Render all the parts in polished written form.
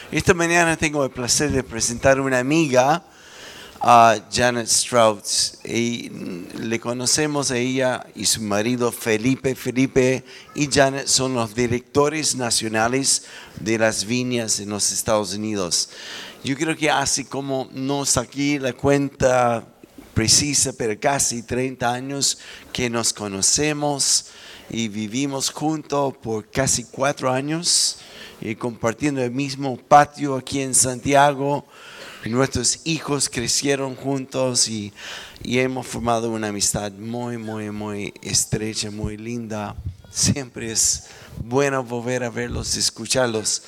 Esta mañana tengo el placer de presentar a una amiga, a Janet Strauss. Y le conocemos a ella y su marido Felipe. Felipe y Janet son los directores nacionales de las viñas en los Estados Unidos. Yo creo que hace como, no saqué la cuenta precisa, pero casi 30 años que nos conocemos y vivimos juntos por casi 4 años y compartiendo el mismo patio aquí en Santiago. Nuestros hijos crecieron juntos y hemos formado una amistad muy estrecha, muy linda. Siempre es bueno volver a verlos, escucharlos.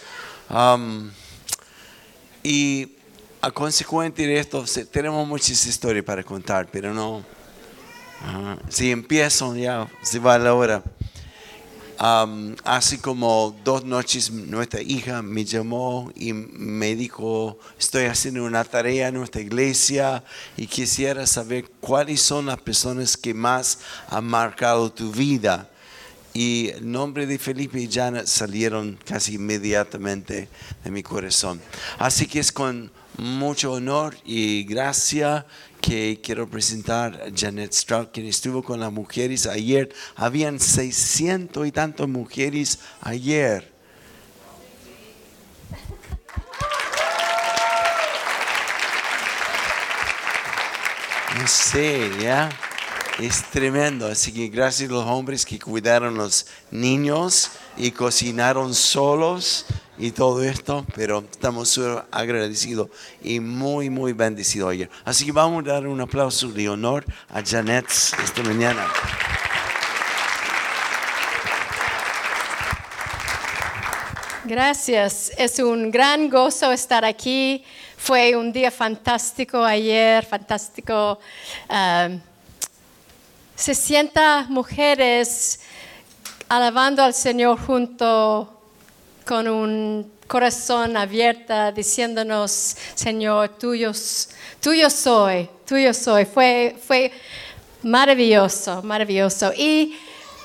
Y a consecuencia de esto, tenemos muchas historias para contar, pero no. Si empiezo ya se va la hora. Hace como 2 noches nuestra hija me llamó y me dijo: estoy haciendo una tarea en nuestra iglesia y quisiera saber cuáles son las personas que más han marcado tu vida. Y el nombre de Felipe y Janet salieron casi inmediatamente de mi corazón. Así que es con mucho honor y gracia que quiero presentar a Janet Strauss, quien estuvo con las mujeres ayer. Habían 600 y tantas mujeres ayer. No sé, ¿ya? Es tremendo. Así que gracias a los hombres que cuidaron los niños y cocinaron solos y todo esto, pero estamos súper agradecidos y muy bendecidos ayer. Así que vamos a dar un aplauso de honor a Janet esta mañana. Gracias, es un gran gozo estar aquí. Fue un día fantástico ayer, fantástico. 60 mujeres alabando al Señor junto con un corazón abierto, diciéndonos: Señor, tuyo soy. Fue maravilloso. Y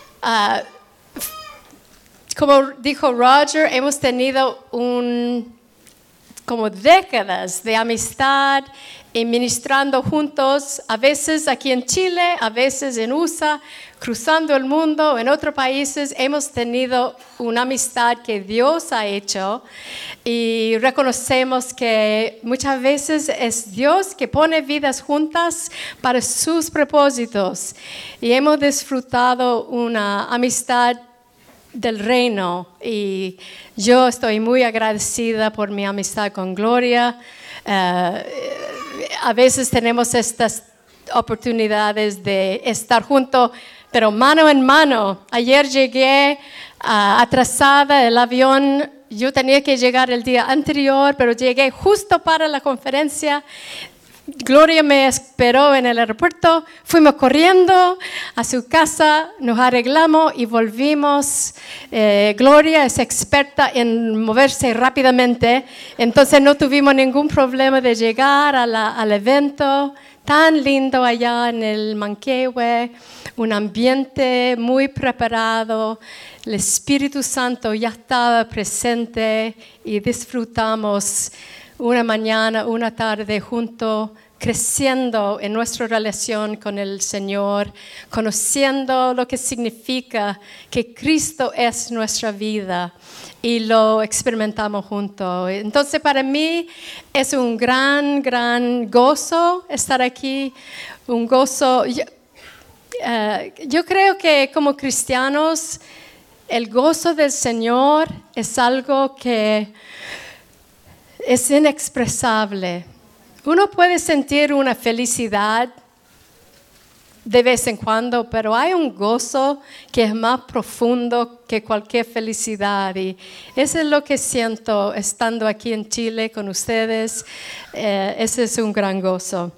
como dijo Roger, hemos tenido como décadas de amistad y ministrando juntos, a veces aquí en Chile, a veces en USA, cruzando el mundo, en otros países. Hemos tenido una amistad que Dios ha hecho y reconocemos que muchas veces es Dios que pone vidas juntas para sus propósitos. Y hemos disfrutado una amistad del reino y yo estoy muy agradecida por mi amistad con Gloria. A veces tenemos estas oportunidades de estar juntos, pero mano en mano. Ayer llegué atrasada del avión. Yo tenía que llegar el día anterior, pero llegué justo para la conferencia. Gloria me esperó en el aeropuerto, fuimos corriendo a su casa, nos arreglamos y volvimos. Gloria es experta en moverse rápidamente, entonces no tuvimos ningún problema de llegar al evento. Tan lindo allá en el Manquehue, un ambiente muy preparado, el Espíritu Santo ya estaba presente y disfrutamos una mañana, una tarde juntos, creciendo en nuestra relación con el Señor, conociendo lo que significa que Cristo es nuestra vida y lo experimentamos juntos. Entonces para mí es un gran gozo estar aquí, un gozo. Yo creo que como cristianos el gozo del Señor es algo que es inexpresable. Uno puede sentir una felicidad de vez en cuando, pero hay un gozo que es más profundo que cualquier felicidad. Y eso es lo que siento estando aquí en Chile con ustedes. Ese es un gran gozo.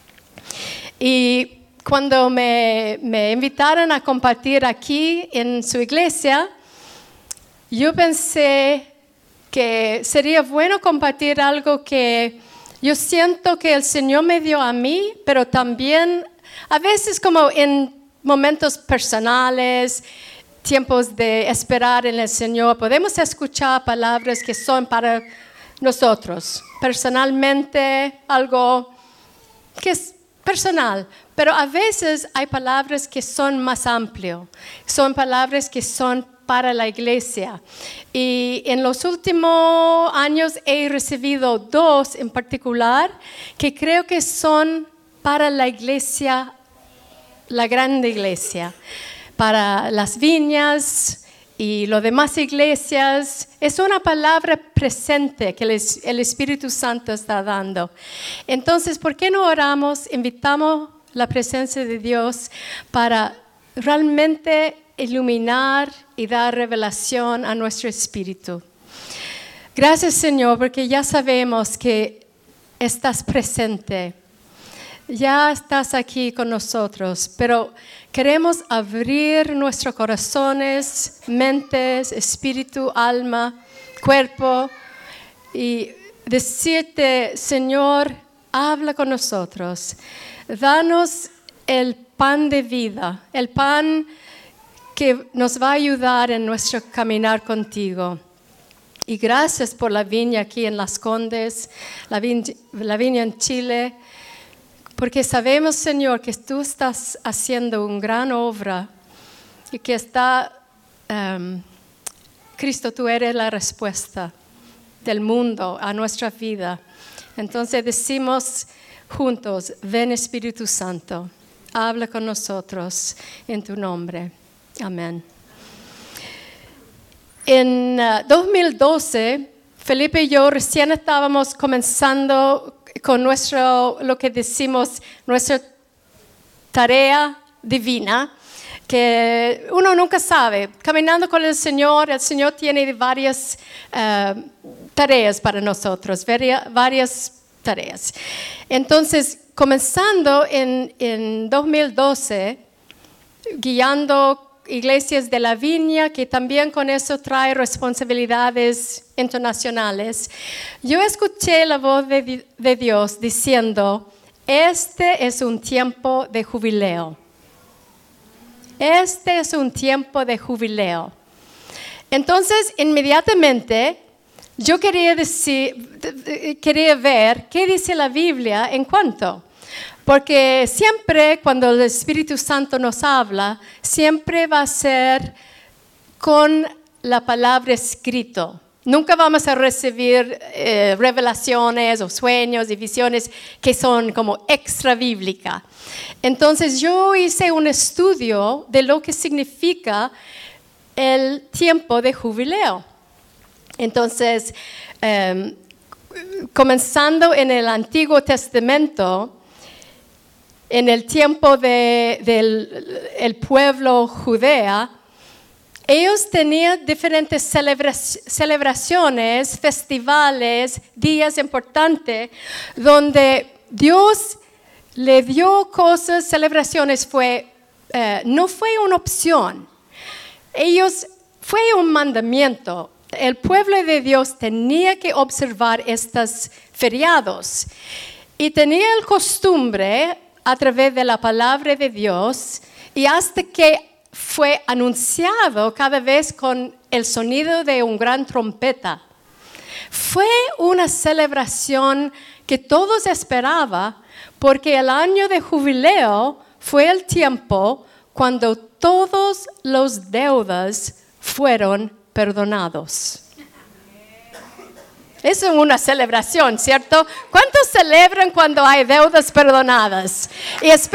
Y cuando me invitaron a compartir aquí en su iglesia, yo pensé que sería bueno compartir algo que yo siento que el Señor me dio a mí, pero también a veces como en momentos personales, tiempos de esperar en el Señor, podemos escuchar palabras que son para nosotros, personalmente, algo que es personal, pero a veces hay palabras que son más amplias, son palabras que son para la iglesia. Y en los últimos años he recibido 2 en particular que creo que son para la iglesia, la grande iglesia, para las viñas y las demás iglesias. Es una palabra presente que el Espíritu Santo está dando. Entonces, ¿por qué no oramos? Invitamos la presencia de Dios para realmente iluminar y dar revelación a nuestro espíritu. Gracias, Señor, porque ya sabemos que estás presente. Ya estás aquí con nosotros, pero queremos abrir nuestros corazones, mentes, espíritu, alma, cuerpo y decirte, Señor, habla con nosotros. Danos el pan de vida, el pan que nos va a ayudar en nuestro caminar contigo. Y gracias por la viña aquí en Las Condes, la viña en Chile, porque sabemos, Señor, que tú estás haciendo una gran obra y que Cristo, tú eres la respuesta del mundo a nuestra vida. Entonces decimos juntos, ven Espíritu Santo, habla con nosotros en tu nombre. Amén. En 2012, Felipe y yo recién estábamos comenzando con lo que decimos, nuestra tarea divina, que uno nunca sabe. Caminando con el Señor tiene varias tareas para nosotros, varias tareas. Entonces, comenzando en 2012, guiando iglesias de la viña, que también con eso trae responsabilidades internacionales, yo escuché la voz de Dios diciendo, este es un tiempo de jubileo. Este es un tiempo de jubileo. Entonces, inmediatamente, yo quería ver qué dice la Biblia en cuanto. Porque siempre cuando el Espíritu Santo nos habla, siempre va a ser con la palabra escrito. Nunca vamos a recibir revelaciones o sueños y visiones que son como extra bíblica. Entonces yo hice un estudio de lo que significa el tiempo de jubileo. Entonces, comenzando en el Antiguo Testamento, en el tiempo del pueblo judeo, ellos tenían diferentes celebraciones, festivales, días importantes, donde Dios le dio cosas, celebraciones, no fue una opción. Fue un mandamiento. El pueblo de Dios tenía que observar estos feriados y tenía la costumbre a través de la palabra de Dios y hasta que fue anunciado cada vez con el sonido de una gran trompeta. Fue una celebración que todos esperaban porque el año de jubileo fue el tiempo cuando todos los deudas fueron perdonados. Es una celebración, ¿cierto? ¿Cuántos celebran cuando hay deudas perdonadas? Y eso,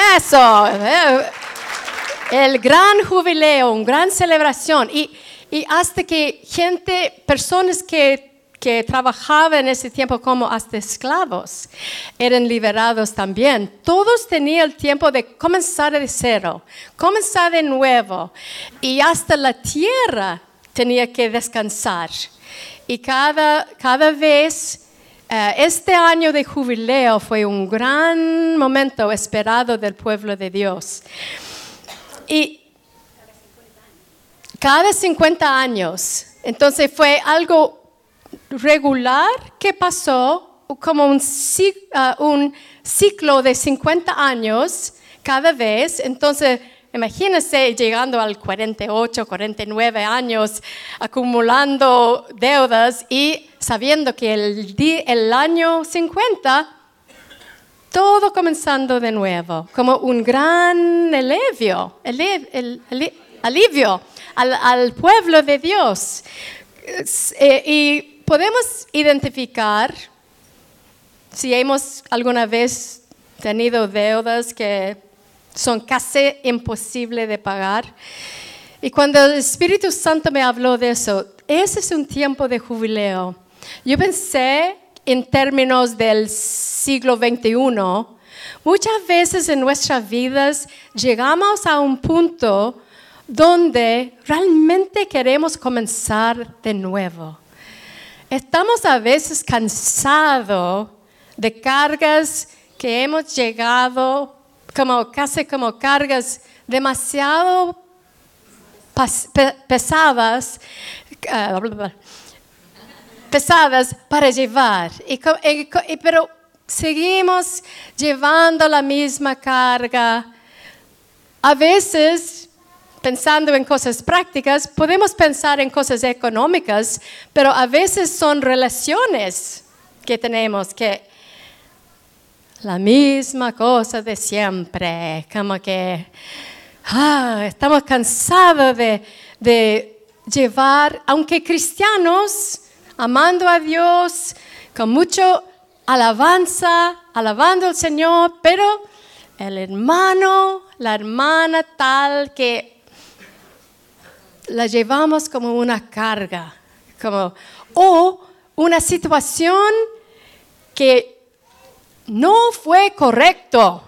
el gran jubileo, una gran celebración. Y hasta que personas que trabajaban en ese tiempo como hasta esclavos, eran liberados también. Todos tenían el tiempo de comenzar de cero, comenzar de nuevo. Y hasta la tierra tenía que descansar. Y cada vez, este año de jubileo fue un gran momento esperado del pueblo de Dios. Y cada 50 años, entonces fue algo regular que pasó, como un ciclo de 50 años cada vez. Entonces, imagínense llegando al 48, 49 años, acumulando deudas y sabiendo que el año 50, todo comenzando de nuevo, como un gran alivio al pueblo de Dios. Y podemos identificar si hemos alguna vez tenido deudas que son casi imposibles de pagar. Y cuando el Espíritu Santo me habló de eso, ese es un tiempo de jubileo. Yo pensé en términos del siglo XXI. Muchas veces en nuestras vidas llegamos a un punto donde realmente queremos comenzar de nuevo. Estamos a veces cansados de cargas que hemos llegado, casi como cargas demasiado pesadas para llevar. Pero seguimos llevando la misma carga. A veces, pensando en cosas prácticas, podemos pensar en cosas económicas, pero a veces son relaciones que tenemos que la misma cosa de siempre, como que estamos cansados de llevar, aunque cristianos, amando a Dios, con mucho alabanza, alabando al Señor, pero el hermano, la hermana tal que la llevamos como una carga, o una situación que no fue correcto.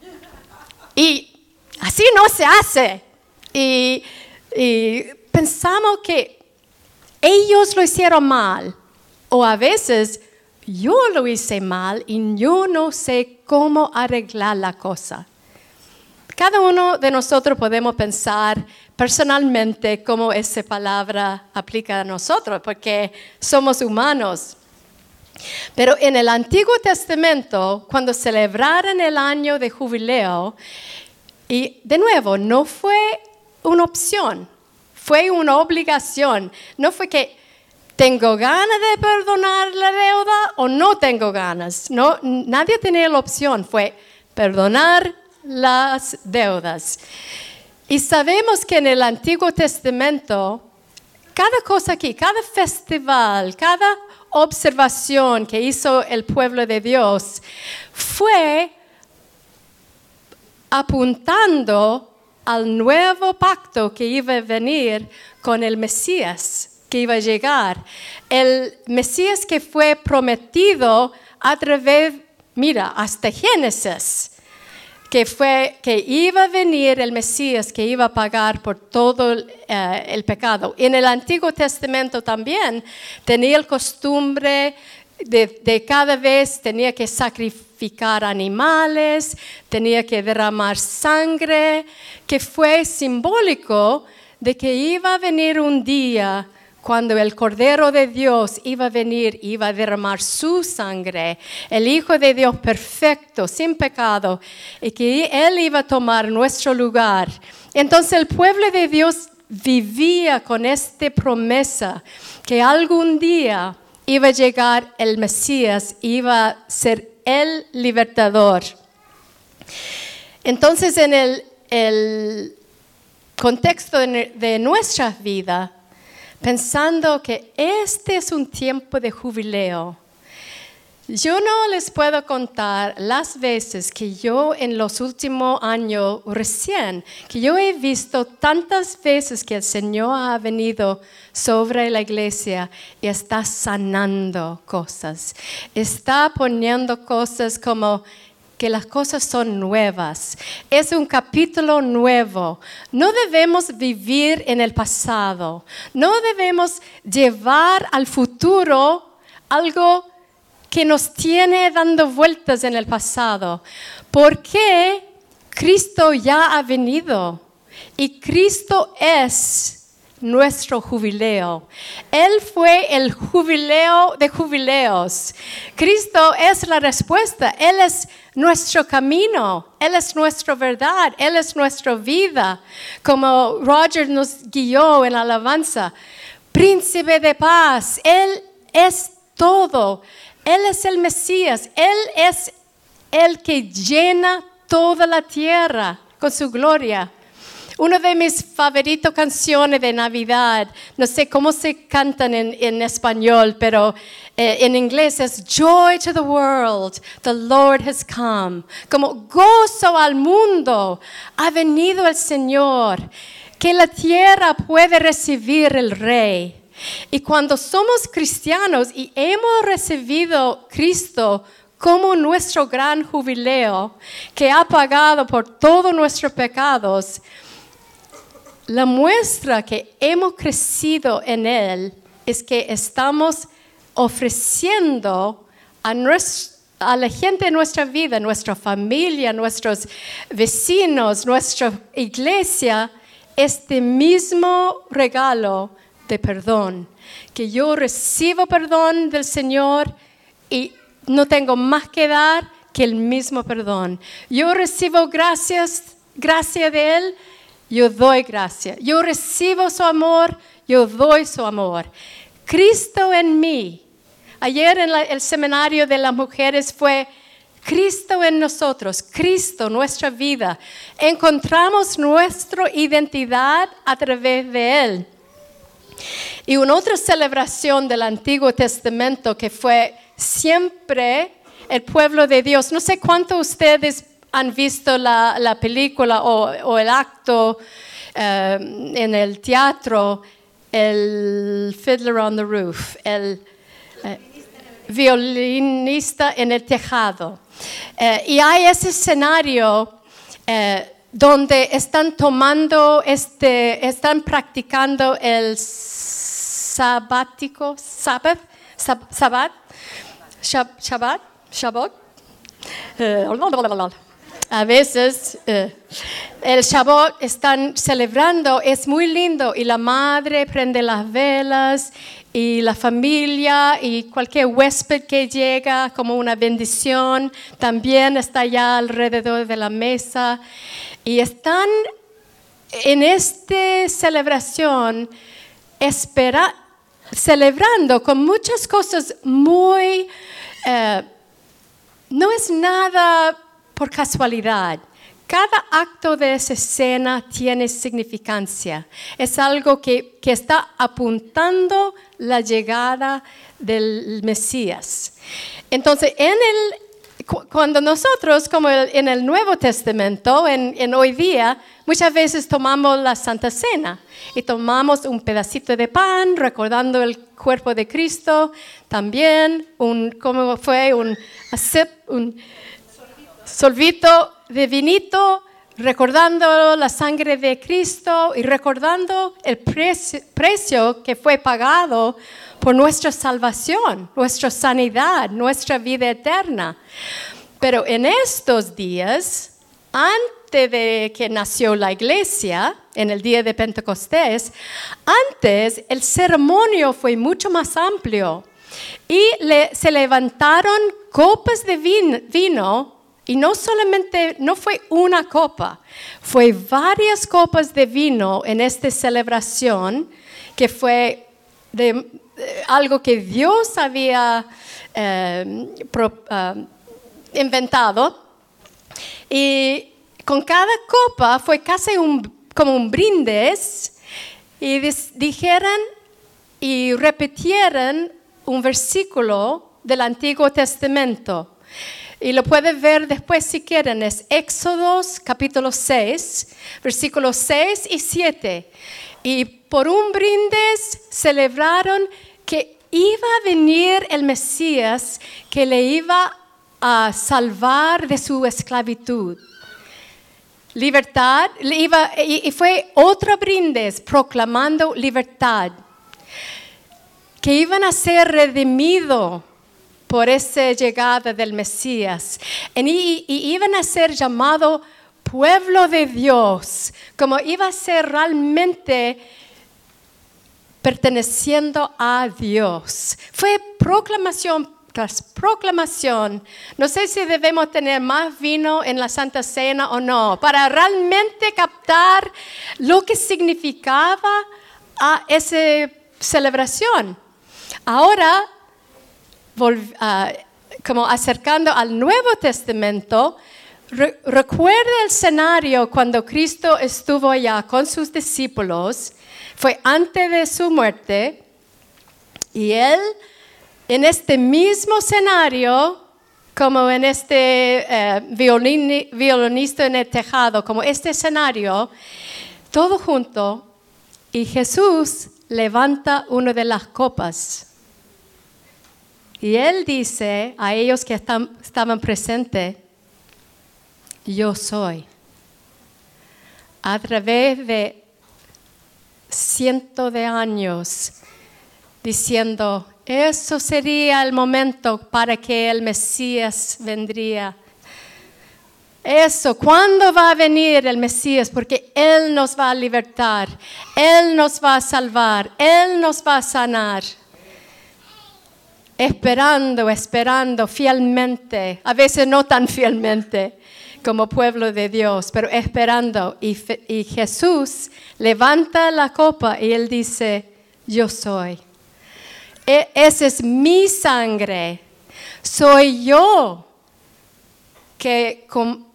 Y así no se hace. Y pensamos que ellos lo hicieron mal. O a veces yo lo hice mal y yo no sé cómo arreglar la cosa. Cada uno de nosotros podemos pensar personalmente cómo esa palabra aplica a nosotros, porque somos humanos. Pero en el Antiguo Testamento, cuando celebraron el año de jubileo, y de nuevo, no fue una opción, fue una obligación. No fue que tengo ganas de perdonar la deuda o no tengo ganas. No, nadie tenía la opción, fue perdonar las deudas. Y sabemos que en el Antiguo Testamento, cada cosa aquí, cada festival, cada observación que hizo el pueblo de Dios fue apuntando al nuevo pacto que iba a venir con el Mesías, que iba a llegar. El Mesías que fue prometido a través, hasta Génesis, que iba a venir el Mesías que iba a pagar por todo el pecado. En el Antiguo Testamento también tenía la costumbre de cada vez tenía que sacrificar animales, tenía que derramar sangre, que fue simbólico de que iba a venir un día cuando el Cordero de Dios iba a venir, iba a derramar su sangre, el Hijo de Dios perfecto, sin pecado, y que Él iba a tomar nuestro lugar. Entonces el pueblo de Dios vivía con esta promesa que algún día iba a llegar el Mesías, iba a ser el libertador. Entonces en el contexto de nuestra vida, pensando que este es un tiempo de jubileo, yo no les puedo contar las veces que yo en los últimos años que yo he visto tantas veces que el Señor ha venido sobre la iglesia y está sanando cosas, está poniendo cosas como que las cosas son nuevas. Es un capítulo nuevo. No debemos vivir en el pasado. No debemos llevar al futuro algo que nos tiene dando vueltas en el pasado. Porque Cristo ya ha venido y Cristo es nuestro jubileo. Él fue el jubileo de jubileos. Cristo es la respuesta. Él es nuestro camino. Él es nuestra verdad. Él es nuestra vida. Como Roger nos guió en alabanza. Príncipe de paz. Él es todo. Él es el Mesías. Él es el que llena toda la tierra con su gloria. Una de mis favoritas canciones de Navidad, no sé cómo se cantan en español, pero en inglés es Joy to the world, the Lord has come. Como gozo al mundo, ha venido el Señor, que la tierra puede recibir el Rey. Y cuando somos cristianos y hemos recibido Cristo como nuestro gran jubileo, que ha pagado por todos nuestros pecados, la muestra que hemos crecido en Él es que estamos ofreciendo a la gente de nuestra vida, nuestra familia, nuestros vecinos, nuestra iglesia, este mismo regalo de perdón. Que yo recibo perdón del Señor y no tengo más que dar que el mismo perdón. Yo recibo gracia de Él. Yo doy gracia. Yo recibo su amor, yo doy su amor. Cristo en mí. Ayer en el seminario de las mujeres fue Cristo en nosotros, Cristo, nuestra vida. Encontramos nuestra identidad a través de Él. Y una otra celebración del Antiguo Testamento que fue siempre el pueblo de Dios. No sé cuántos de ustedes han visto la película o el acto en el teatro, el Fiddler on the Roof, el violinista en el tejado. Y hay ese escenario donde están están practicando el Shabbat. A veces el Shabbat están celebrando, es muy lindo y la madre prende las velas y la familia y cualquier huésped que llega como una bendición también está allá alrededor de la mesa y están en esta celebración celebrando con muchas cosas muy, no es nada por casualidad. Cada acto de esa escena tiene significancia. Es algo que está apuntando la llegada del Mesías. Entonces, cuando nosotros, como en el Nuevo Testamento, en hoy día, muchas veces tomamos la Santa Cena y tomamos un pedacito de pan recordando el cuerpo de Cristo, también un sorbito de vinito, recordando la sangre de Cristo y recordando el precio que fue pagado por nuestra salvación, nuestra sanidad, nuestra vida eterna. Pero en estos días, antes de que nació la iglesia, en el día de Pentecostés, antes el ceremonio fue mucho más amplio y se levantaron copas de vino. Y no fue una copa, fue varias copas de vino en esta celebración que fue algo que Dios había inventado. Y con cada copa fue casi como un brindis y dijeron y repitieron un versículo del Antiguo Testamento. Y lo pueden ver después si quieren, es Éxodos capítulo 6, versículos 6 y 7. Y por un brindis celebraron que iba a venir el Mesías que le iba a salvar de su esclavitud. Libertad, y fue otro brindis proclamando libertad. Que iban a ser redimidos por esa llegada del Mesías. Y iban a ser llamados pueblo de Dios, como iba a ser realmente perteneciendo a Dios. Fue proclamación tras proclamación. No sé si debemos tener más vino en la Santa Cena o no, para realmente captar lo que significaba a esa celebración. Ahora, como acercando al Nuevo Testamento, recuerda el escenario cuando Cristo estuvo allá con sus discípulos, fue antes de su muerte, y Él, en este mismo escenario, como en este violinista en el tejado, como este escenario, todo junto, y Jesús levanta una de las copas. Y Él dice a ellos que estaban presentes, yo soy. A través de cientos de años, diciendo, eso sería el momento para que el Mesías vendría. Eso, ¿cuándo va a venir el Mesías? Porque Él nos va a libertar, Él nos va a salvar, Él nos va a sanar. Esperando fielmente, a veces no tan fielmente como pueblo de Dios, pero esperando. Y Jesús levanta la copa y Él dice, yo soy. Esa es mi sangre. Soy yo que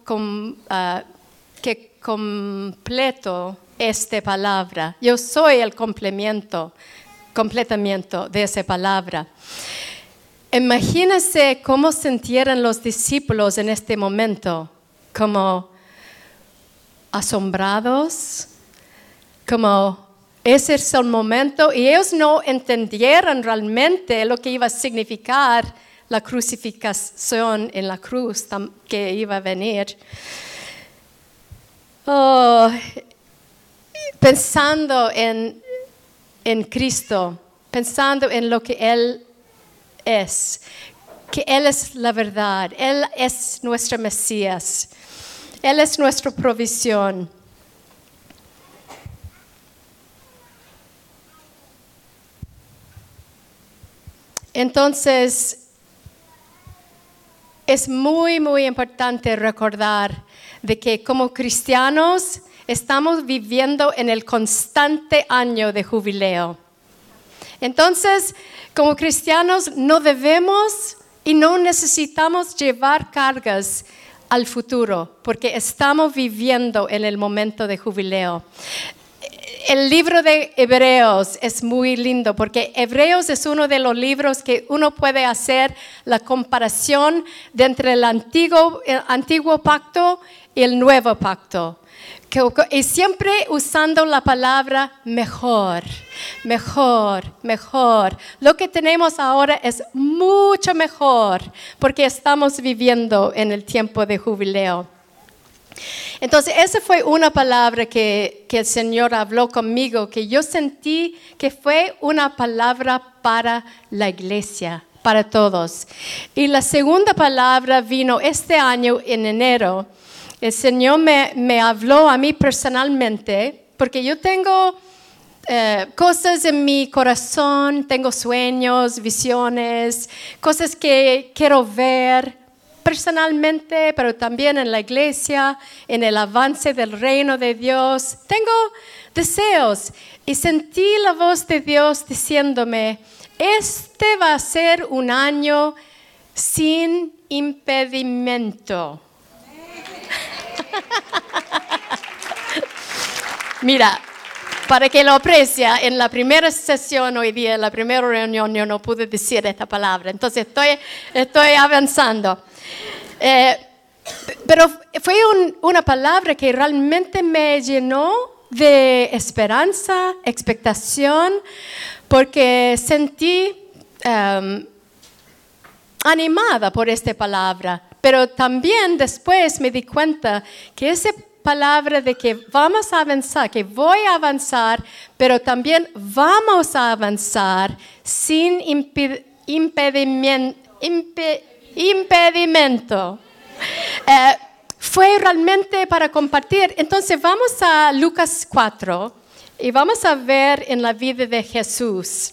completo esta palabra. Yo soy el completamiento de esa palabra. Imagínense cómo sintieron los discípulos en este momento, como asombrados, como ese es el momento, y ellos no entendieron realmente lo que iba a significar la crucifixión en la cruz que iba a venir. Pensando en Cristo, pensando en lo que Él es, que Él es la verdad, Él es nuestro Mesías, Él es nuestra provisión. Entonces, es muy, muy importante recordar de que como cristianos estamos viviendo en el constante año de jubileo. Entonces, como cristianos no debemos y no necesitamos llevar cargas al futuro, porque estamos viviendo en el momento de jubileo. El libro de Hebreos es muy lindo, porque Hebreos es uno de los libros que uno puede hacer la comparación de entre el antiguo pacto y el nuevo pacto. Y siempre usando la palabra mejor, mejor, mejor. Lo que tenemos ahora es mucho mejor porque estamos viviendo en el tiempo de jubileo. Entonces, esa fue una palabra que el Señor habló conmigo, que yo sentí que fue una palabra para la iglesia, para todos. Y la segunda palabra vino este año en enero. El Señor me habló a mí personalmente, porque yo tengo cosas en mi corazón, tengo sueños, visiones, cosas que quiero ver personalmente, pero también en la iglesia, en el avance del reino de Dios. Tengo deseos y sentí la voz de Dios diciéndome, este va a ser un año sin impedimento. Mira, para que lo aprecia, en la primera sesión hoy día, en la primera reunión, yo no pude decir esta palabra. Entonces estoy avanzando. Pero fue una palabra que realmente me llenó de esperanza, expectación, porque sentí animada por esta palabra. Pero también después me di cuenta que esa palabra de que vamos a avanzar, que voy a avanzar, pero también vamos a avanzar sin impedimento. Fue realmente para compartir. Entonces vamos a Lucas 4 y vamos a ver en la vida de Jesús.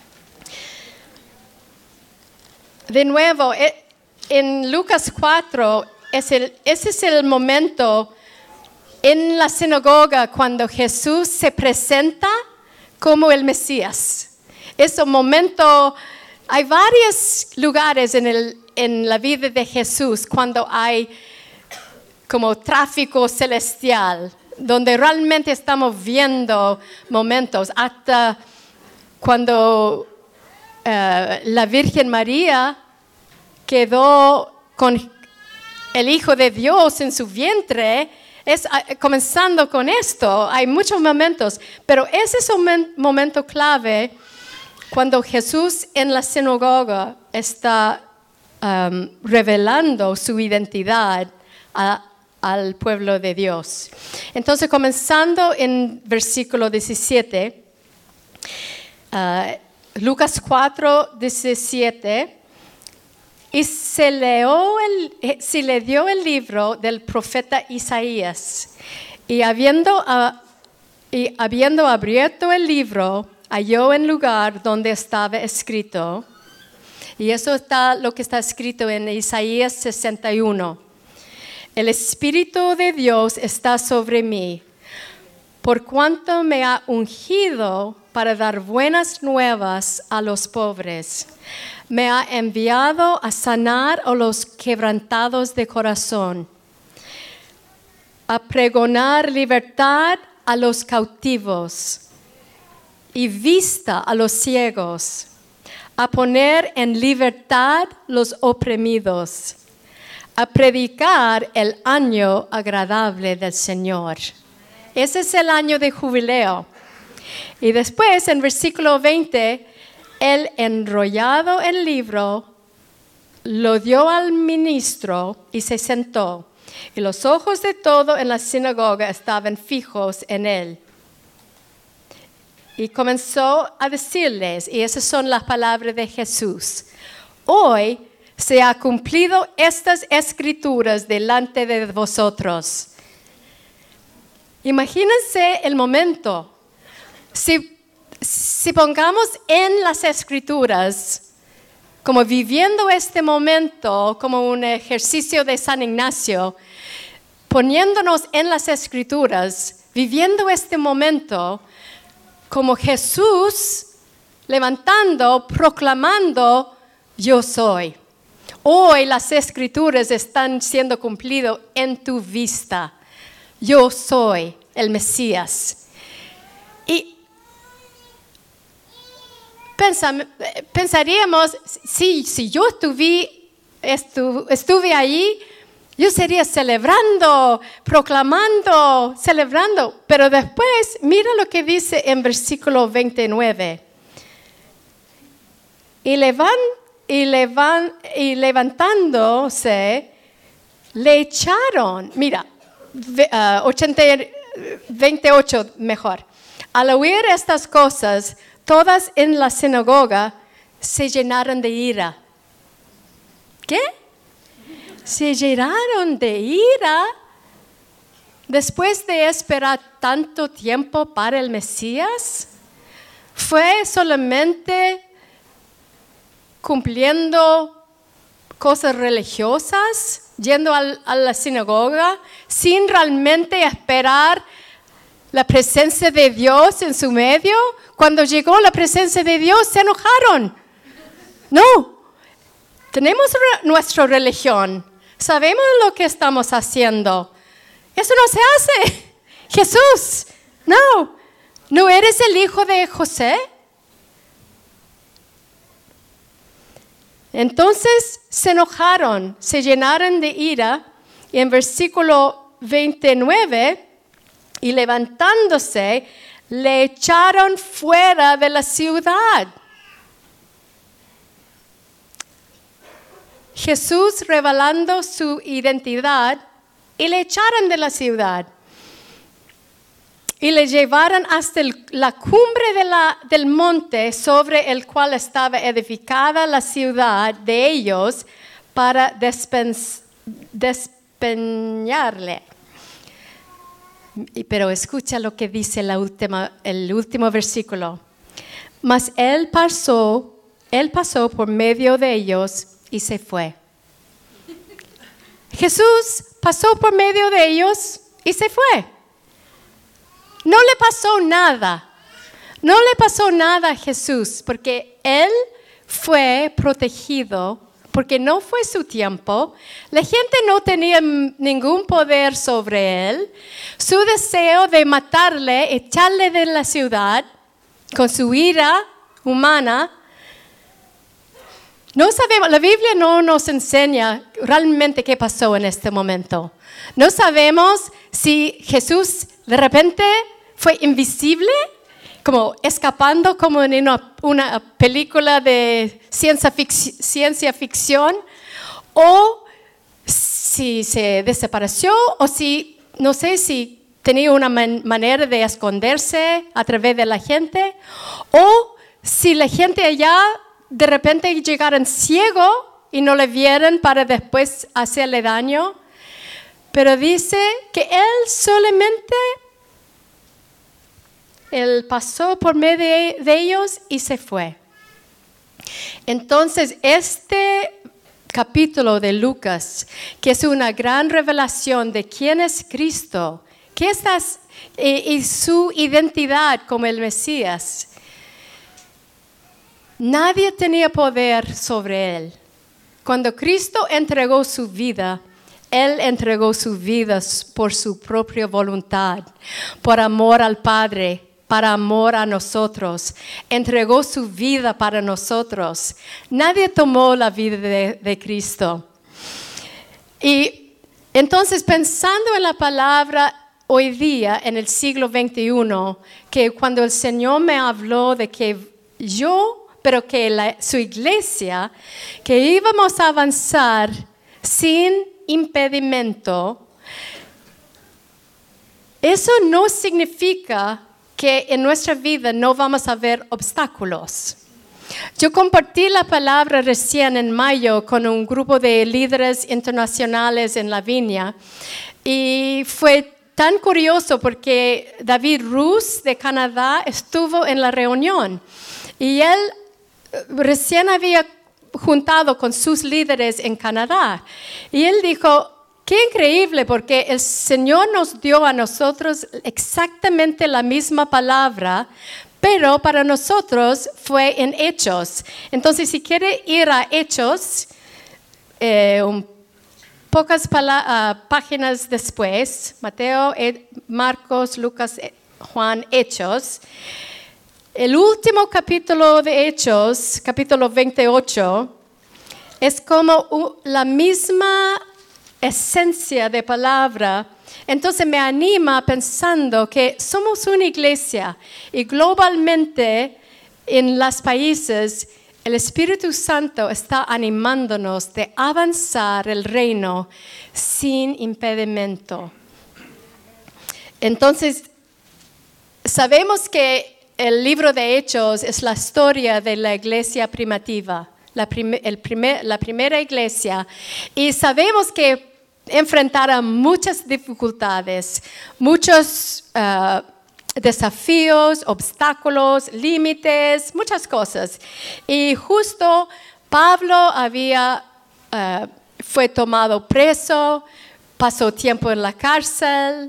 De nuevo, en Lucas 4, ese es el momento en la sinagoga cuando Jesús se presenta como el Mesías. Es un momento Hay varios lugares en la vida de Jesús cuando hay como tráfico celestial, donde realmente estamos viendo momentos, hasta cuando la Virgen María quedó con el Hijo de Dios en su vientre. Comenzando con esto, hay muchos momentos, pero ese es un momento clave cuando Jesús en la sinagoga está revelando su identidad al pueblo de Dios. Entonces, comenzando en versículo 17, Lucas 4, 17, y se le dio el libro del profeta Isaías, y habiendo abierto el libro, halló el lugar donde estaba escrito, y eso está lo que está escrito en Isaías 61. El Espíritu de Dios está sobre mí, por cuanto me ha ungido para dar buenas nuevas a los pobres. Me ha enviado a sanar a los quebrantados de corazón, a pregonar libertad a los cautivos y vista a los ciegos, a poner en libertad los oprimidos, a predicar el año agradable del Señor. Ese es el año de jubileo. Y después, en versículo 20, él, enrollado el libro, lo dio al ministro y se sentó. Y los ojos de todos en la sinagoga estaban fijos en él. Y comenzó a decirles, y esas son las palabras de Jesús: hoy se ha cumplido estas escrituras delante de vosotros. Imagínense el momento. Si pongamos en las escrituras, como viviendo este momento, como un ejercicio de San Ignacio, poniéndonos en las escrituras, viviendo este momento, como Jesús levantando, proclamando, yo soy. Hoy las escrituras están siendo cumplidas en tu vista. Yo soy el Mesías. Y pensaríamos, si yo estuve allí, yo sería celebrando, proclamando, celebrando. Pero después, mira lo que dice en versículo 29. Y levantándose, le echaron, mira, 28 mejor. Al oír estas cosas, todas en la sinagoga se llenaron de ira. ¿Qué? Se llenaron de ira después de esperar tanto tiempo para el Mesías. ¿Fue solamente cumpliendo cosas religiosas, yendo a la sinagoga, sin realmente esperar la presencia de Dios en su medio? Cuando llegó la presencia de Dios, se enojaron. No, tenemos nuestra religión, sabemos lo que estamos haciendo. Eso no se hace. Jesús, ¿no eres el hijo de José? Entonces se enojaron, se llenaron de ira, y en versículo 29, y levantándose, le echaron fuera de la ciudad. Jesús revelando su identidad, y le echaron de la ciudad. Y le llevaron hasta la cumbre del monte sobre el cual estaba edificada la ciudad de ellos para despeñarle. Pero escucha lo que dice el último versículo. Mas él pasó por medio de ellos y se fue. Jesús pasó por medio de ellos y se fue. No le pasó nada. No le pasó nada a Jesús, porque él fue protegido porque no fue su tiempo. La gente no tenía ningún poder sobre él. Su deseo de matarle, echarle de la ciudad con su ira humana. No sabemos, la Biblia no nos enseña realmente qué pasó en este momento. No sabemos si Jesús de repente fue invisible, como escapando como en una película de ciencia ficción, o si se desapareció, o si, no sé si tenía una manera de esconderse a través de la gente, o si la gente allá de repente llegaron ciego y no le vieron para después hacerle daño. Pero dice que él pasó por medio de ellos y se fue. Entonces, este capítulo de Lucas, que es una gran revelación de quién es Cristo, y su identidad como el Mesías, nadie tenía poder sobre él. Cuando Cristo entregó su vida, Él entregó su vida por su propia voluntad, por amor al Padre, para amor a nosotros. Entregó su vida para nosotros. Nadie tomó la vida de Cristo. Y entonces, pensando en la palabra hoy día, en el siglo XXI, que cuando el Señor me habló de que su iglesia, que íbamos a avanzar sin impedimento, eso no significa que en nuestra vida no vamos a ver obstáculos. Yo compartí la palabra recién en mayo con un grupo de líderes internacionales en la Viña y fue tan curioso porque David Rus de Canadá estuvo en la reunión y él recién había juntado con sus líderes en Canadá. Y él dijo, qué increíble, porque el Señor nos dio a nosotros exactamente la misma palabra, pero para nosotros fue en Hechos. Entonces, si quiere ir a Hechos, pocas páginas después, Mateo, Marcos, Lucas, Juan, Hechos, el último capítulo de Hechos, capítulo 28, es como la misma esencia de palabra. Entonces me anima pensando que somos una iglesia y globalmente en los países el Espíritu Santo está animándonos de avanzar el reino sin impedimento. Entonces sabemos que el libro de Hechos es la historia de la iglesia primitiva, la primera iglesia. Y sabemos que enfrentaron muchas dificultades, muchos desafíos, obstáculos, límites, muchas cosas. Y justo Pablo fue tomado preso, pasó tiempo en la cárcel,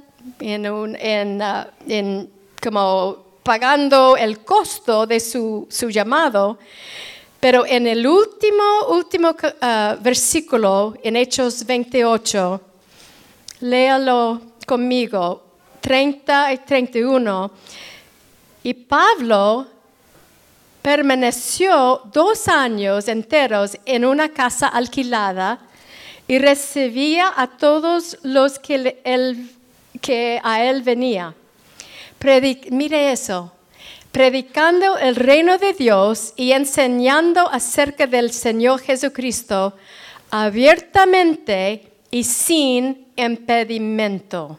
como pagando el costo de su llamado. Pero en el último versículo, en Hechos 28, léalo conmigo, 30 y 31. Y Pablo permaneció 2 años enteros en una casa alquilada y recibía a todos los que a él venía. Mire eso, predicando el reino de Dios y enseñando acerca del Señor Jesucristo abiertamente y sin impedimento.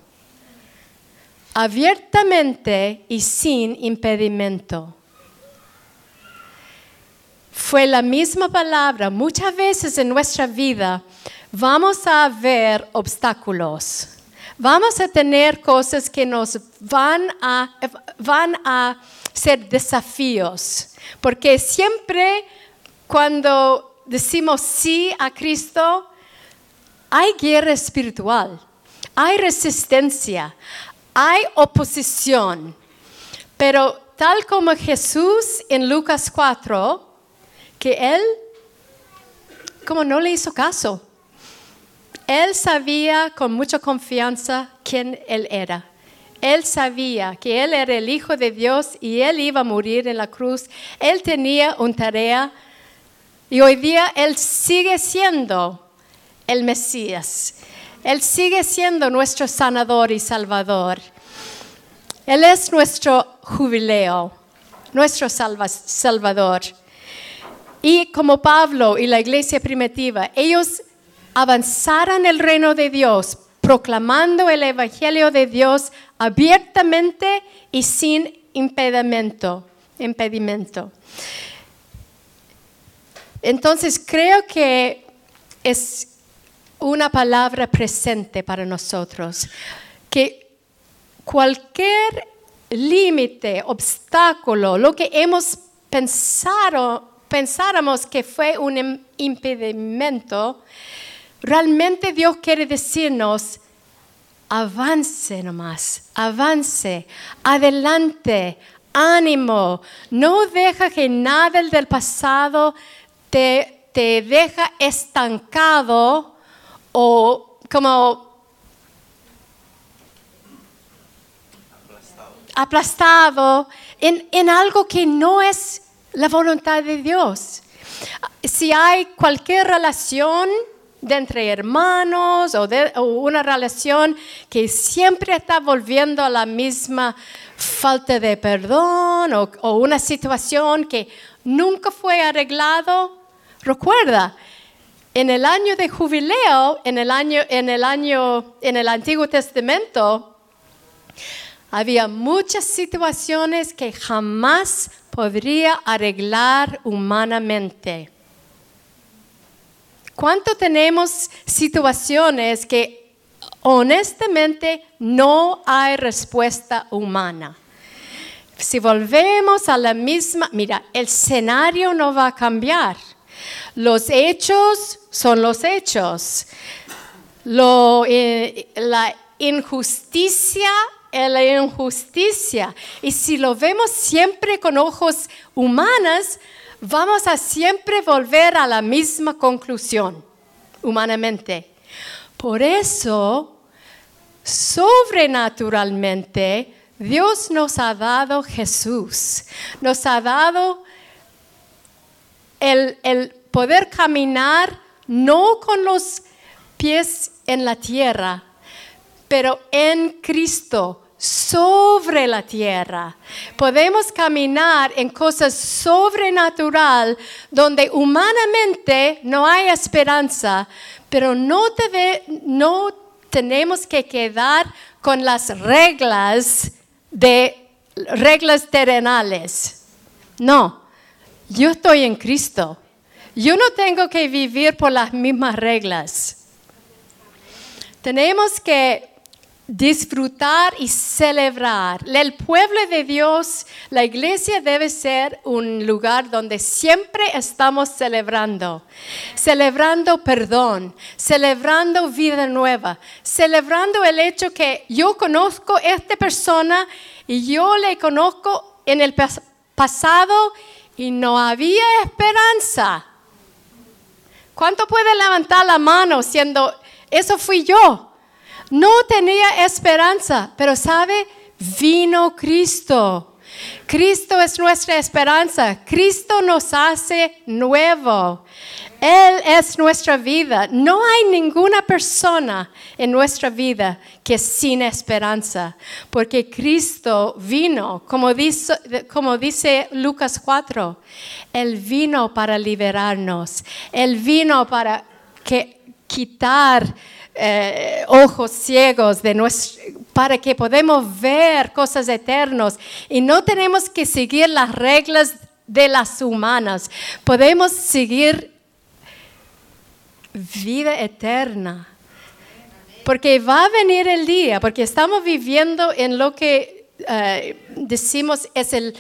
Abiertamente y sin impedimento. Fue la misma palabra. Muchas veces en nuestra vida vamos a ver obstáculos. Vamos a tener cosas que nos van a ser desafíos. Porque siempre cuando decimos sí a Cristo, hay guerra espiritual, hay resistencia, hay oposición. Pero tal como Jesús en Lucas 4, que él, como no le hizo caso. Él sabía con mucha confianza quién él era. Él sabía que él era el Hijo de Dios y él iba a morir en la cruz. Él tenía una tarea y hoy día él sigue siendo el Mesías. Él sigue siendo nuestro sanador y salvador. Él es nuestro jubileo, nuestro salvador. Y como Pablo y la iglesia primitiva, ellos avanzaron el reino de Dios, proclamando el evangelio de Dios abiertamente y sin impedimento. Entonces creo que es una palabra presente para nosotros, que cualquier límite, obstáculo, lo que hemos pensáramos que fue un impedimento, realmente Dios quiere decirnos, avance nomás, avance, adelante, ánimo, no deja que nada del pasado te deja estancado o como aplastado en algo que no es la voluntad de Dios. Si hay cualquier relación de entre hermanos o una relación que siempre está volviendo a la misma falta de perdón o una situación que nunca fue arreglado, recuerda, en el año de jubileo, en el Antiguo Testamento, había muchas situaciones que jamás podría arreglar humanamente. ¿Cuánto tenemos situaciones que honestamente no hay respuesta humana? Si volvemos a la misma, mira, el escenario no va a cambiar. Los hechos son los hechos. La injusticia es la injusticia. Y si lo vemos siempre con ojos humanos, vamos a siempre volver a la misma conclusión, humanamente. Por eso, sobrenaturalmente, Dios nos ha dado Jesús. Nos ha dado el poder caminar no con los pies en la tierra, pero en Cristo, sobre la tierra. Podemos caminar en cosas sobrenatural donde humanamente no hay esperanza, pero no tenemos que quedar con las reglas terrenales. No, yo estoy en Cristo. Yo no tengo que vivir por las mismas reglas. Tenemos que disfrutar y celebrar. El pueblo de Dios, la iglesia debe ser un lugar donde siempre estamos celebrando perdón, celebrando vida nueva, celebrando el hecho que yo conozco a esta persona y yo le conozco en el pasado y no había esperanza. ¿Cuánto puede levantar la mano siendo, eso fui yo? No tenía esperanza, pero ¿sabe? Vino Cristo. Cristo es nuestra esperanza. Cristo nos hace nuevo. Él es nuestra vida. No hay ninguna persona en nuestra vida que es sin esperanza, porque Cristo vino, como dice Lucas 4, Él vino para liberarnos. Él vino para quitar ojos ciegos para que podamos ver cosas eternas y no tenemos que seguir las reglas de las humanas, podemos seguir vida eterna, porque va a venir el día, porque estamos viviendo en lo que decimos es el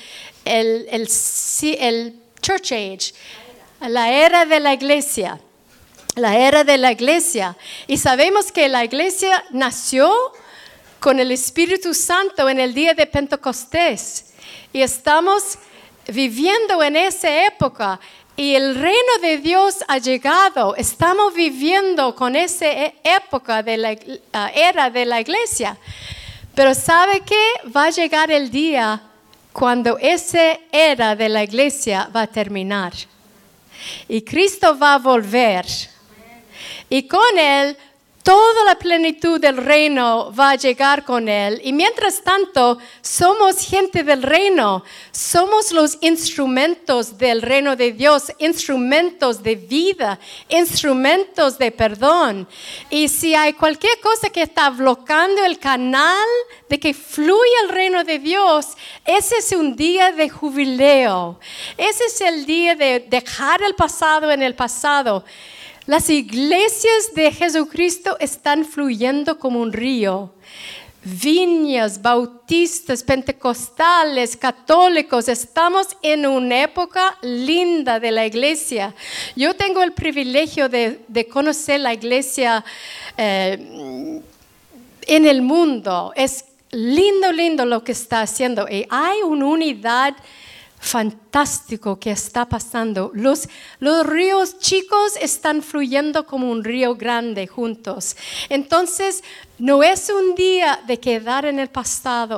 church age, la era de la iglesia. La era de la iglesia. Y sabemos que la iglesia nació con el Espíritu Santo en el día de Pentecostés. Y estamos viviendo en esa época. Y el reino de Dios ha llegado. Estamos viviendo con esa época de la era de la iglesia. Pero ¿sabe qué? Va a llegar el día cuando esa era de la iglesia va a terminar. Y Cristo va a volver. Y con Él, toda la plenitud del reino va a llegar con Él. Y mientras tanto, somos gente del reino. Somos los instrumentos del reino de Dios, instrumentos de vida, instrumentos de perdón. Y si hay cualquier cosa que está bloqueando el canal de que fluya el reino de Dios, ese es un día de jubileo. Ese es el día de dejar el pasado en el pasado. Las iglesias de Jesucristo están fluyendo como un río. Viñas, bautistas, pentecostales, católicos, estamos en una época linda de la iglesia. Yo tengo el privilegio de conocer la iglesia en el mundo. Es lindo lo que está haciendo. Y hay una unidad fantástico que está pasando. Los ríos chicos están fluyendo como un río grande juntos. Entonces, no es un día de quedar en el pasado,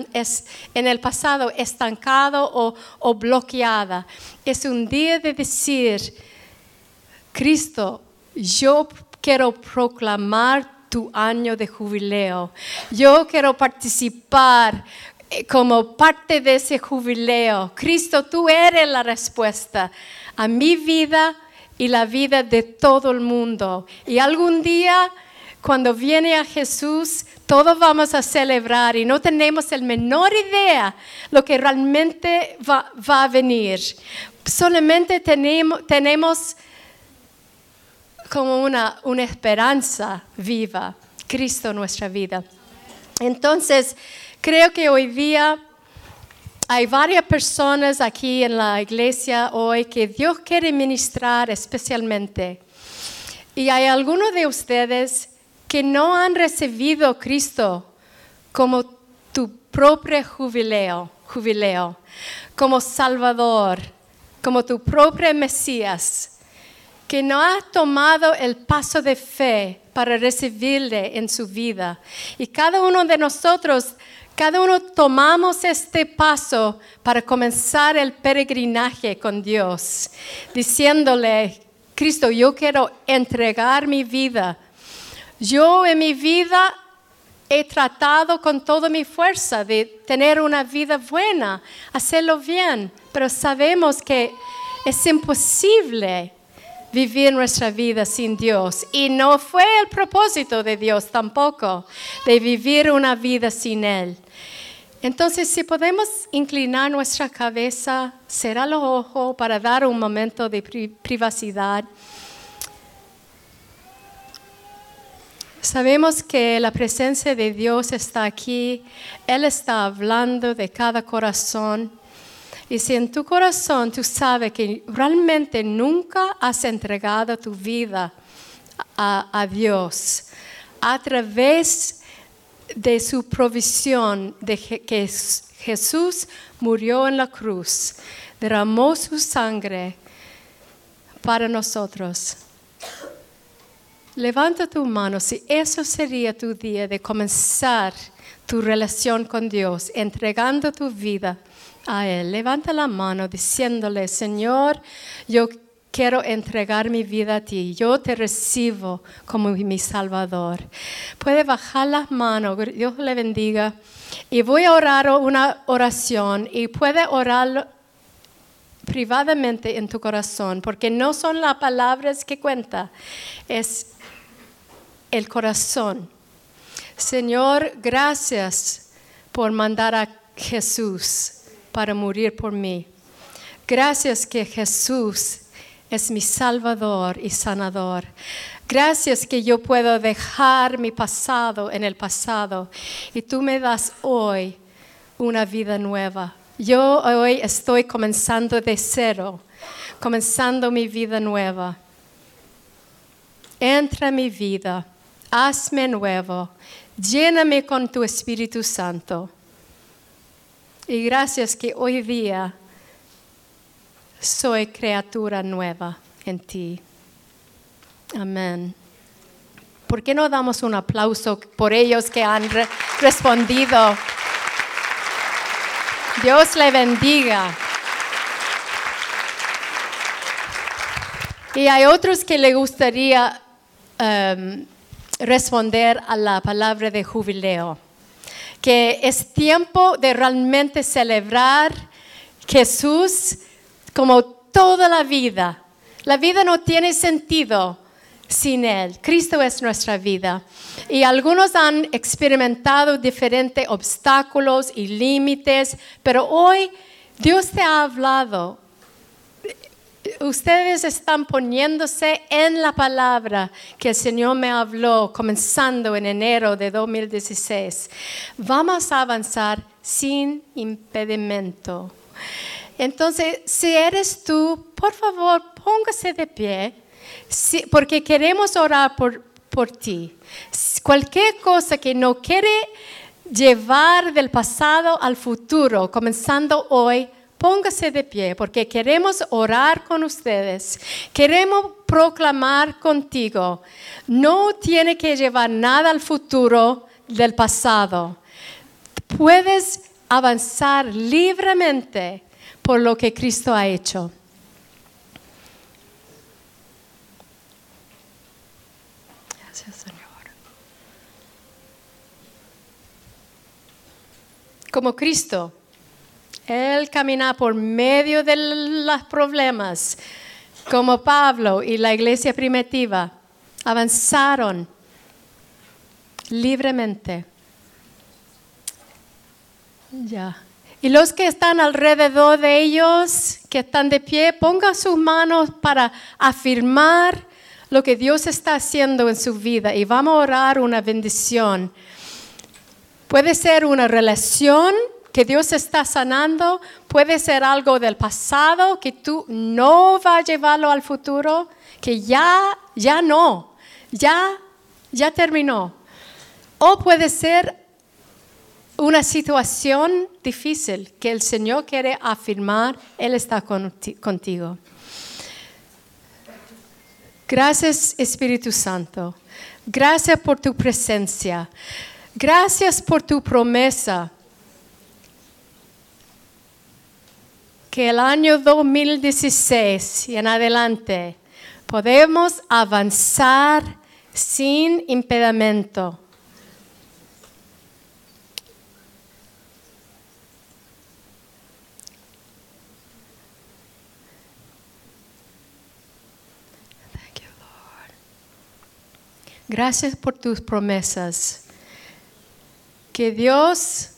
estancado o bloqueada. Es un día de decir, Cristo, yo quiero proclamar tu año de jubileo. Yo quiero participar como parte de ese jubileo. Cristo, tú eres la respuesta a mi vida y la vida de todo el mundo. Y algún día, cuando viene a Jesús, todos vamos a celebrar y no tenemos la menor idea lo que realmente va a venir. Solamente tenemos como una esperanza viva, Cristo en nuestra vida. Entonces, creo que hoy día hay varias personas aquí en la iglesia hoy que Dios quiere ministrar especialmente. Y hay algunos de ustedes que no han recibido a Cristo como tu propio jubileo, como Salvador, como tu propio Mesías, que no has tomado el paso de fe para recibirle en su vida. Y cada uno de nosotros, cada uno tomamos este paso para comenzar el peregrinaje con Dios, diciéndole, Cristo, yo quiero entregar mi vida. Yo en mi vida he tratado con toda mi fuerza de tener una vida buena, hacerlo bien, pero sabemos que es imposible vivir nuestra vida sin Dios. Y no fue el propósito de Dios tampoco, de vivir una vida sin Él. Entonces, si podemos inclinar nuestra cabeza, cerrar los ojos para dar un momento de privacidad. Sabemos que la presencia de Dios está aquí. Él está hablando de cada corazón. Y si en tu corazón tú sabes que realmente nunca has entregado tu vida a Dios a través de su provisión, de que Jesús murió en la cruz, derramó su sangre para nosotros. Levanta tu mano si eso sería tu día de comenzar tu relación con Dios, entregando tu vida a Él. Levanta la mano diciéndole, Señor, yo quiero entregar mi vida a ti. Yo te recibo como mi Salvador. Puede bajar las manos. Dios le bendiga. Y voy a orar una oración y puede orar privadamente en tu corazón, porque no son las palabras que cuentan, es el corazón. Señor, gracias por mandar a Jesús para morir por mí. Gracias que Jesús es mi Salvador y sanador. Gracias que yo puedo dejar mi pasado en el pasado y tú me das hoy una vida nueva. Yo hoy estoy comenzando de cero, comenzando mi vida nueva. Entra en mi vida, hazme nuevo, lléname con tu Espíritu Santo. Y gracias que hoy día soy criatura nueva en ti. Amén. ¿Por qué no damos un aplauso por ellos que han respondido? Dios le bendiga. Y hay otros que le gustaría responder a la palabra de jubileo, que es tiempo de realmente celebrar Jesús como toda la vida. La vida no tiene sentido sin Él. Cristo es nuestra vida. Y algunos han experimentado diferentes obstáculos y límites, pero hoy Dios te ha hablado. Ustedes están poniéndose en la palabra que el Señor me habló comenzando en enero de 2016. Vamos a avanzar sin impedimento. Entonces, si eres tú, por favor, póngase de pie, porque queremos orar por ti. Cualquier cosa que no quiere llevar del pasado al futuro, comenzando hoy, póngase de pie, porque queremos orar con ustedes. Queremos proclamar contigo. No tiene que llevar nada al futuro del pasado. Puedes avanzar libremente por lo que Cristo ha hecho. Gracias, Señor. Como Cristo, Él camina por medio de los problemas, como Pablo y la iglesia primitiva, avanzaron libremente. Ya. Y los que están alrededor de ellos, que están de pie, pongan sus manos para afirmar lo que Dios está haciendo en su vida. Y vamos a orar una bendición. Puede ser una relación que Dios está sanando, puede ser algo del pasado que tú no vas a llevarlo al futuro, que ya terminó. O puede ser una situación difícil que el Señor quiere afirmar, Él está contigo. Gracias, Espíritu Santo. Gracias por tu presencia. Gracias por tu promesa. Que el año 2016 y en adelante podemos avanzar sin impedimento. Thank you, Lord. Gracias por tus promesas. Que Dios,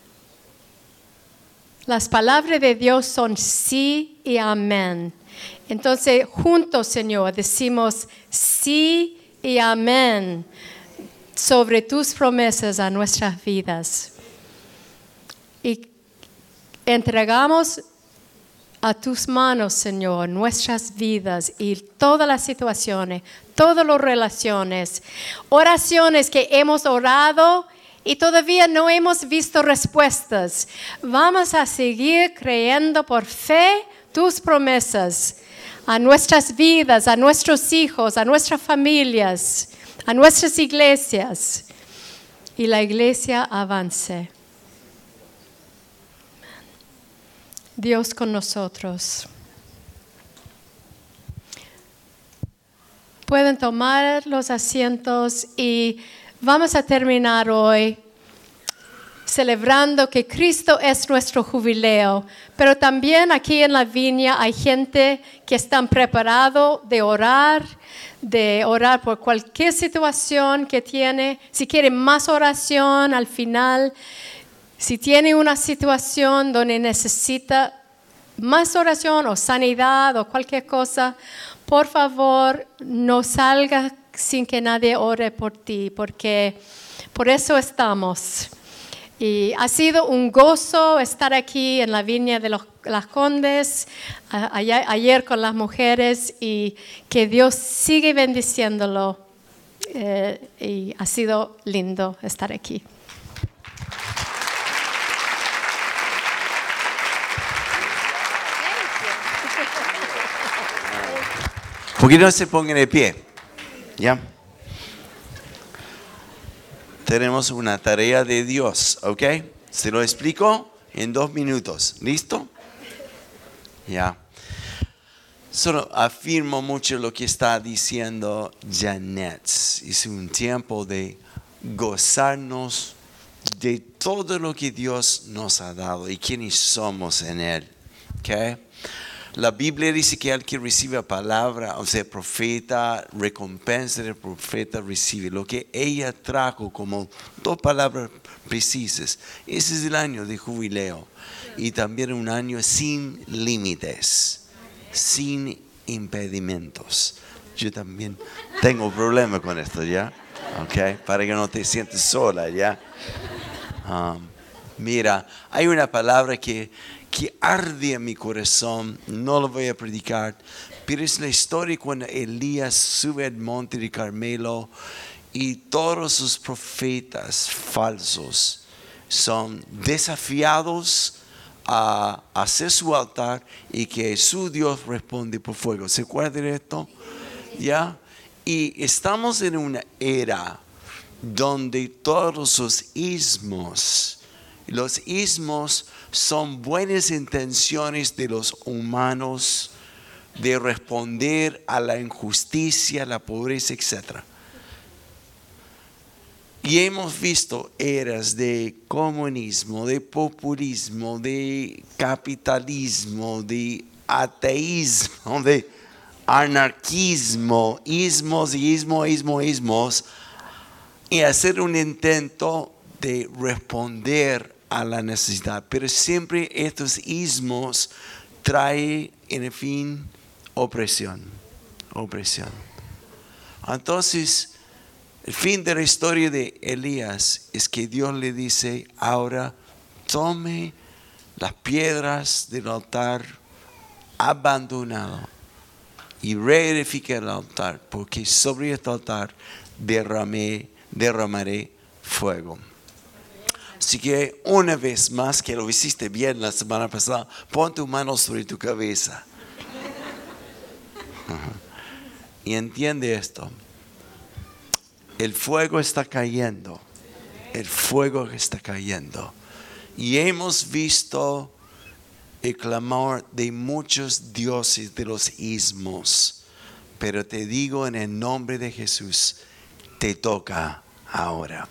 las palabras de Dios son sí y amén. Entonces, juntos, Señor, decimos sí y amén sobre tus promesas a nuestras vidas. Y entregamos a tus manos, Señor, nuestras vidas y todas las situaciones, todas las relaciones, oraciones que hemos orado y todavía no hemos visto respuestas. Vamos a seguir creyendo por fe tus promesas a nuestras vidas, a nuestros hijos, a nuestras familias, a nuestras iglesias. Y la iglesia avance. Dios con nosotros. Pueden tomar los asientos y vamos a terminar hoy celebrando que Cristo es nuestro jubileo, pero también aquí en la viña hay gente que están preparados de orar por cualquier situación que tiene. Si quiere más oración al final, si tiene una situación donde necesita más oración o sanidad o cualquier cosa, por favor no salga sin que nadie ore por ti, porque por eso estamos. Y ha sido un gozo estar aquí en la viña de las Condes, ayer con las mujeres, y que Dios sigue bendiciéndolo. Y ha sido lindo estar aquí. Thank you. ¿Por qué no se pongan de pie? ¿Ya? Tenemos una tarea de Dios, ¿ok? Se lo explico en 2 minutos. ¿Listo? Ya. Solo afirmo mucho lo que está diciendo Janet. Es un tiempo de gozarnos de todo lo que Dios nos ha dado y quiénes somos en Él. ¿Ok? La Biblia dice que el que recibe palabra, o sea, profeta, recompensa del profeta recibe. Lo que ella trajo como 2 palabras precisas. Ese es el año de jubileo. Y también un año sin límites, sin impedimentos. Yo también tengo problemas con esto, ¿ya? ¿Ok? Para que no te sientes sola, ¿ya? Mira, hay una palabra que arde en mi corazón, no lo voy a predicar, pero es la historia cuando Elías sube al monte de Carmelo y todos sus profetas falsos son desafiados a hacer su altar y que su Dios responde por fuego. ¿Se acuerdan de esto? ¿Ya? Y estamos en una era donde todos los ismos son buenas intenciones de los humanos de responder a la injusticia, la pobreza, etc. Y hemos visto eras de comunismo, de populismo, de capitalismo, de ateísmo, de anarquismo, ismos, y hacer un intento de responder a la necesidad. Pero siempre estos ismos traen, en el fin, opresión. Entonces, el fin de la historia de Elías es que Dios le dice, ahora tome las piedras del altar abandonado y reedifique el altar, porque sobre este altar derramaré fuego. Así que una vez más, que lo hiciste bien la semana pasada, pon tu mano sobre tu cabeza. Y entiende esto. El fuego está cayendo. El fuego está cayendo. Y hemos visto el clamor de muchos dioses de los ismos. Pero te digo en el nombre de Jesús, te toca ahora.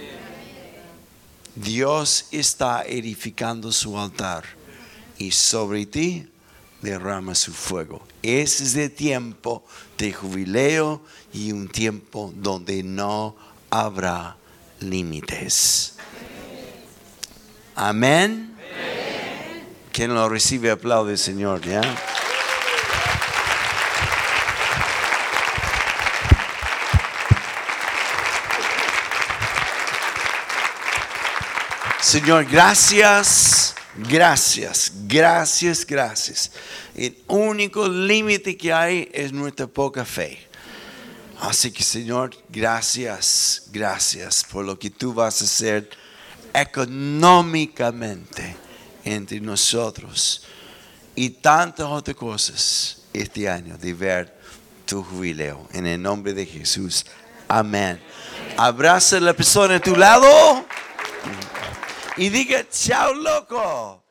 Dios está edificando su altar y sobre ti derrama su fuego. Ese es el tiempo de jubileo y un tiempo donde no habrá límites. Amén. Quien lo recibe, aplaude al Señor, ¿ya? Señor, gracias. El único límite que hay es nuestra poca fe. Así que, Señor, gracias por lo que tú vas a hacer económicamente entre nosotros y tantas otras cosas este año de ver tu jubileo. En el nombre de Jesús. Amén. Abraza a la persona a tu lado y diga, chao, loco.